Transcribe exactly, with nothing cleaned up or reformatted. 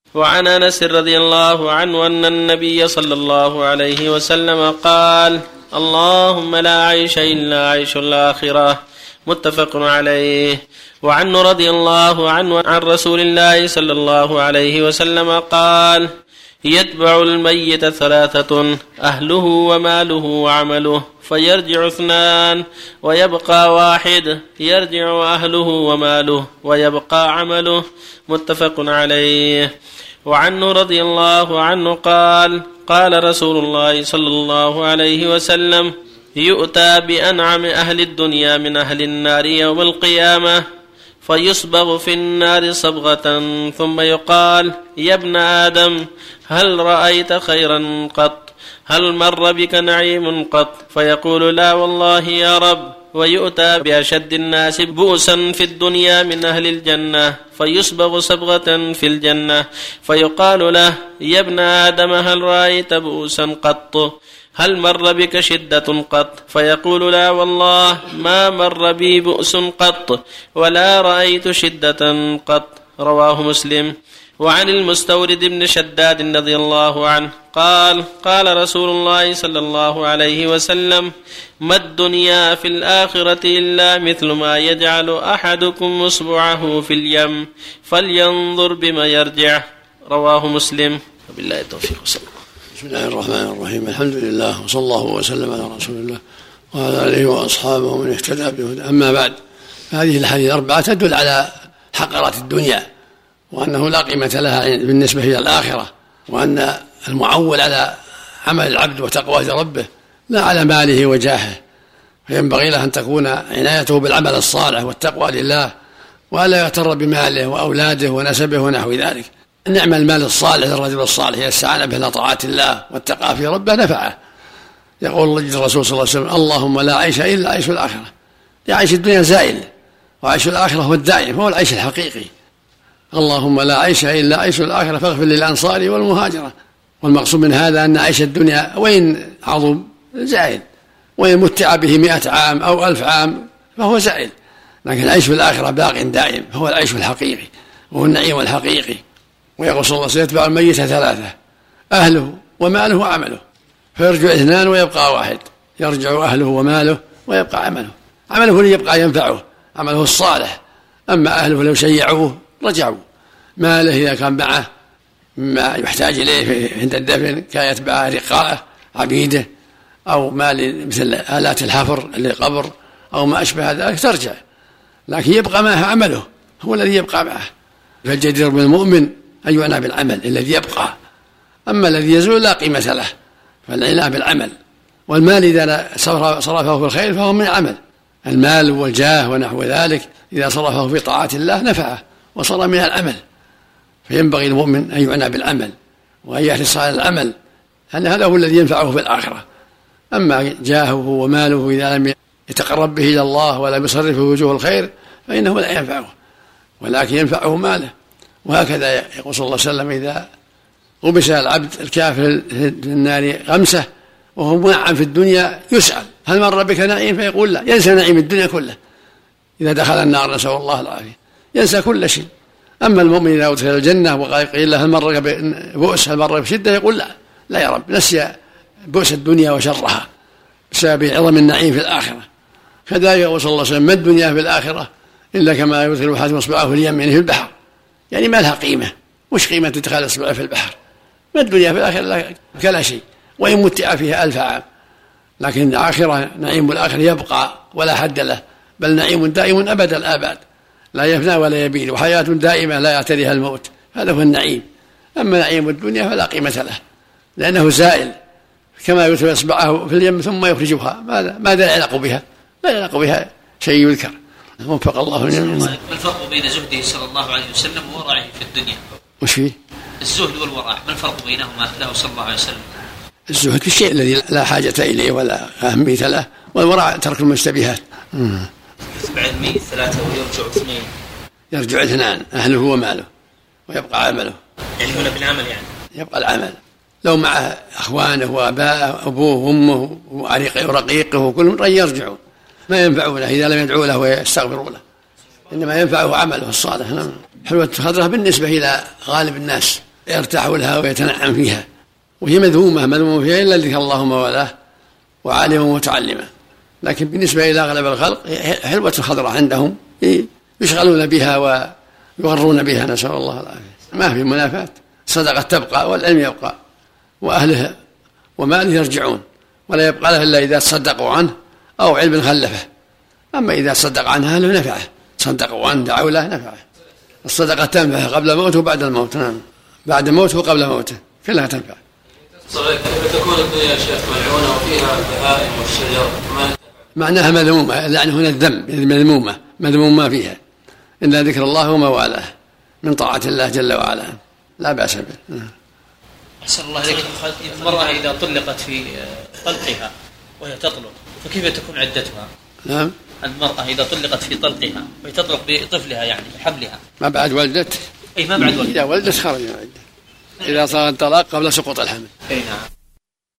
وعن أنس رضي الله عنه أن النبي صلى الله عليه وسلم قال: اللهم لا عيش إلا عيش الآخرة، متفق عليه. وعنه رضي الله عنه عن رسول الله صلى الله عليه وسلم قال: يتبع الميت ثلاثة: أهله وماله وعمله، فيرجع اثنان ويبقى واحد، يرجع أهله وماله ويبقى عمله، متفق عليه. وعنه رضي الله عنه قال: قال رسول الله صلى الله عليه وسلم: يؤتى بأنعم أهل الدنيا من أهل النار يوم القيامة، فيصبغ في النار صبغة، ثم يقال: يا ابن آدم، هل رأيت خيرا قط؟ هل مر بك نعيم قط؟ فيقول: لا والله يا رب. ويؤتى بأشد الناس بؤسا في الدنيا من أهل الجنة، فيصبغ صبغة في الجنة، فيقال له: يا ابن آدم، هل رأيت بؤسا قط؟ هل مر بك شدة قط؟ فيقول: لا والله ما مر بي بؤس قط، ولا رأيت شدة قط. رواه مسلم. وعن المستورد بن شداد رضي الله عنه قال: قال رسول الله صلى الله عليه وسلم: ما الدنيا في الآخرة إلا مثل ما يجعل أحدكم إصبعه في اليم، فلينظر بما يرجع. رواه مسلم. وبالله التوفيق. وصلى الله. بسم الله الرحمن الرحيم. الحمد لله، وصلى الله وسلم على رسول الله وعلى آله وأصحابه ومن اهتدى بهداه. أما بعد، هذه الحديث الأربعة تدل على حقرات الدنيا، وأنه لا قيمة لها بالنسبة إلى الآخرة، وأن المعول على عمل العبد وتقوى ربه لا على ماله وجاهه، فينبغي له أن تكون عنايته بالعمل الصالح والتقوى لله، وألا يغتر بماله وأولاده ونسبه ونحو ذلك. نعم المال الصالح للرجل الصالح إذا استعان به على طاعة الله واتقى في ربه نفعه. يقول الرسول صلى الله عليه وسلم: اللهم لا عيش إلا عيش الآخرة. عيش الدنيا زائل، وعيش الآخرة هو الدائم، هو العيش الحقيقي. اللهم لا عيش إلا عيش الآخرة، فاغفر للأنصار والمهاجرة. والمقصود من هذا أن عيش الدنيا وإن عظم زائل، وإن متع به مئة عام أو ألف عام فهو زائل، لكن العيش في الآخرة باق دائم، هو العيش الحقيقي وهو النعيم الحقيقي. ويقول صلى الله عليه وسلم: يتبع الميت ثلاثة: أهله وماله وعمله، فيرجع اثنان ويبقى واحد، يرجع أهله وماله ويبقى عمله. عمله اللي يبقى ينفعه، عمله الصالح. أما أهله لو شيعوه رجعوا. ماله إذا كان معه ما يحتاج إليه عند الدفن كان يتبع رقاءه عبيده، أو مال مثل آلات الحفر للقبر أو ما أشبه ذلك ترجع، لكن يبقى معه عمله، هو الذي يبقى معه. فالجدير بالمؤمن أن يعنى بالعمل الذي يبقى، أما الذي يزول لا قيمة له، فالعناية بالعمل. والمال إذا صرفه في الخير فهو من العمل. المال والجاه ونحو ذلك إذا صرفه في طاعة الله نفعه وصار من العمل. فينبغي المؤمن أن يعنى بالعمل وأن يحرص على العمل، لأن هذا هو الذي ينفعه في الآخرة. أما جاهه وماله إذا لم يتقرب به إلى الله ولم يصرفه وجوه الخير فإنه لا ينفعه، ولكن ينفعه ماله. وهكذا يقول صلى الله عليه وسلم: إذا غمس العبد الكافر في النار غمسة وهو منعم في الدنيا يسأل: هل مر بك نعيم؟ فيقول: لا. ينسى نعيم الدنيا كله إذا دخل النار، نسأل الله العافية، ينسى كل شيء. أما المؤمن إذا أدخل الجنة وقيل له: هل مر بؤس؟ هل مر بشدة؟ يقول: لا لا يا رب، نسي بؤس الدنيا وشرها بسبب عظم النعيم في الآخرة. كذلك يقول صلى الله عليه وسلم: ما الدنيا في الآخرة إلا كما يدخل أحدكم إصبعه في اليم في البحر، يعني ما لها قيمة. وش قيمة ادخال إصبعه في البحر؟ ما الدنيا في الآخرة كلا شيء، وإن متع فيها ألف عام، لكن الآخرة نعيم الآخرة يبقى ولا حد له، بل نعيم دائم أبد الآباد لا يفنى ولا يبيد، وحياة دائمة لا يعتريها الموت. هذا هو النعيم. أما نعيم الدنيا فلا قيمة له، لأنه زائل، كما يدخل إصبعه في اليم ثم يخرجها، ماذا ماذا يعلق بها؟ لا يعلق بها شيء يذكر. وفق الله الجميع. ما الفرق بين زهده صلى الله عليه وسلم وورعه في الدنيا؟ وش فيه؟ الزهد والورع، ما الفرق بينهما له صلى الله عليه وسلم؟ الزهد في الشيء الذي لا حاجة إليه ولا أهمية له، والورع ترك المشتبهات. يتبع الميت ثلاثة ويرجع اثنين. يرجع اثنان: أهله وماله ويبقى عمله. يعني هنا بالعمل، يعني يبقى العمل. لو معه أخوانه وأباه أبوه وأمه ورقيقه وكلهم يرجعوا، ما ينفعونه إذا لم يدعوا له ويستغفروا له، إنما ينفعه عمله الصالح. حلوة الخضرة بالنسبة إلى غالب الناس، يرتاح لها ويتنعم فيها، وهي مذمومة مذمومة فيها إلا ذكر الله موالاه وعالما ومتعلما. لكن بالنسبة إلى أغلب الخلق حلوة خضراء عندهم يشغلون بها ويغرون بها، نسأل الله العافية. ما في منافاة، الصدقة تبقى والعلم يبقى وأهله وماله يرجعون، ولا يبقى له إلا إذا تصدقوا عنه أو علم خلفه. أما إذا صدق عنه أهله نفعه، صدقوا عنه دعوا له نفعه. الصدقة تنفع قبل موته وبعد الموت، نعم، بعد موته وقبل موته كلها تنفع. كيف تكون الدنيا يا شيخ ملعونة وفيها البهائم والشجر؟ معناها مذمومة، يعني هنا الذم مذمومة مذمومة فيها إلا ذكر الله وما والاه من طاعة الله جل وعلا، لا بأس به. أحسن الله إليك. المرأة إذا طلقت في طلقها وهي تطلق فكيف تكون عدتها؟ نعم، المرأة إذا طلقت في طلقها وهي تطلق بطفلها يعني بحملها ما بعد ولدت، أي ما بعد ولدت، إذا ولدت خرج من العدة إذا صار الطلاق قبل سقوط الحمل. أي نعم.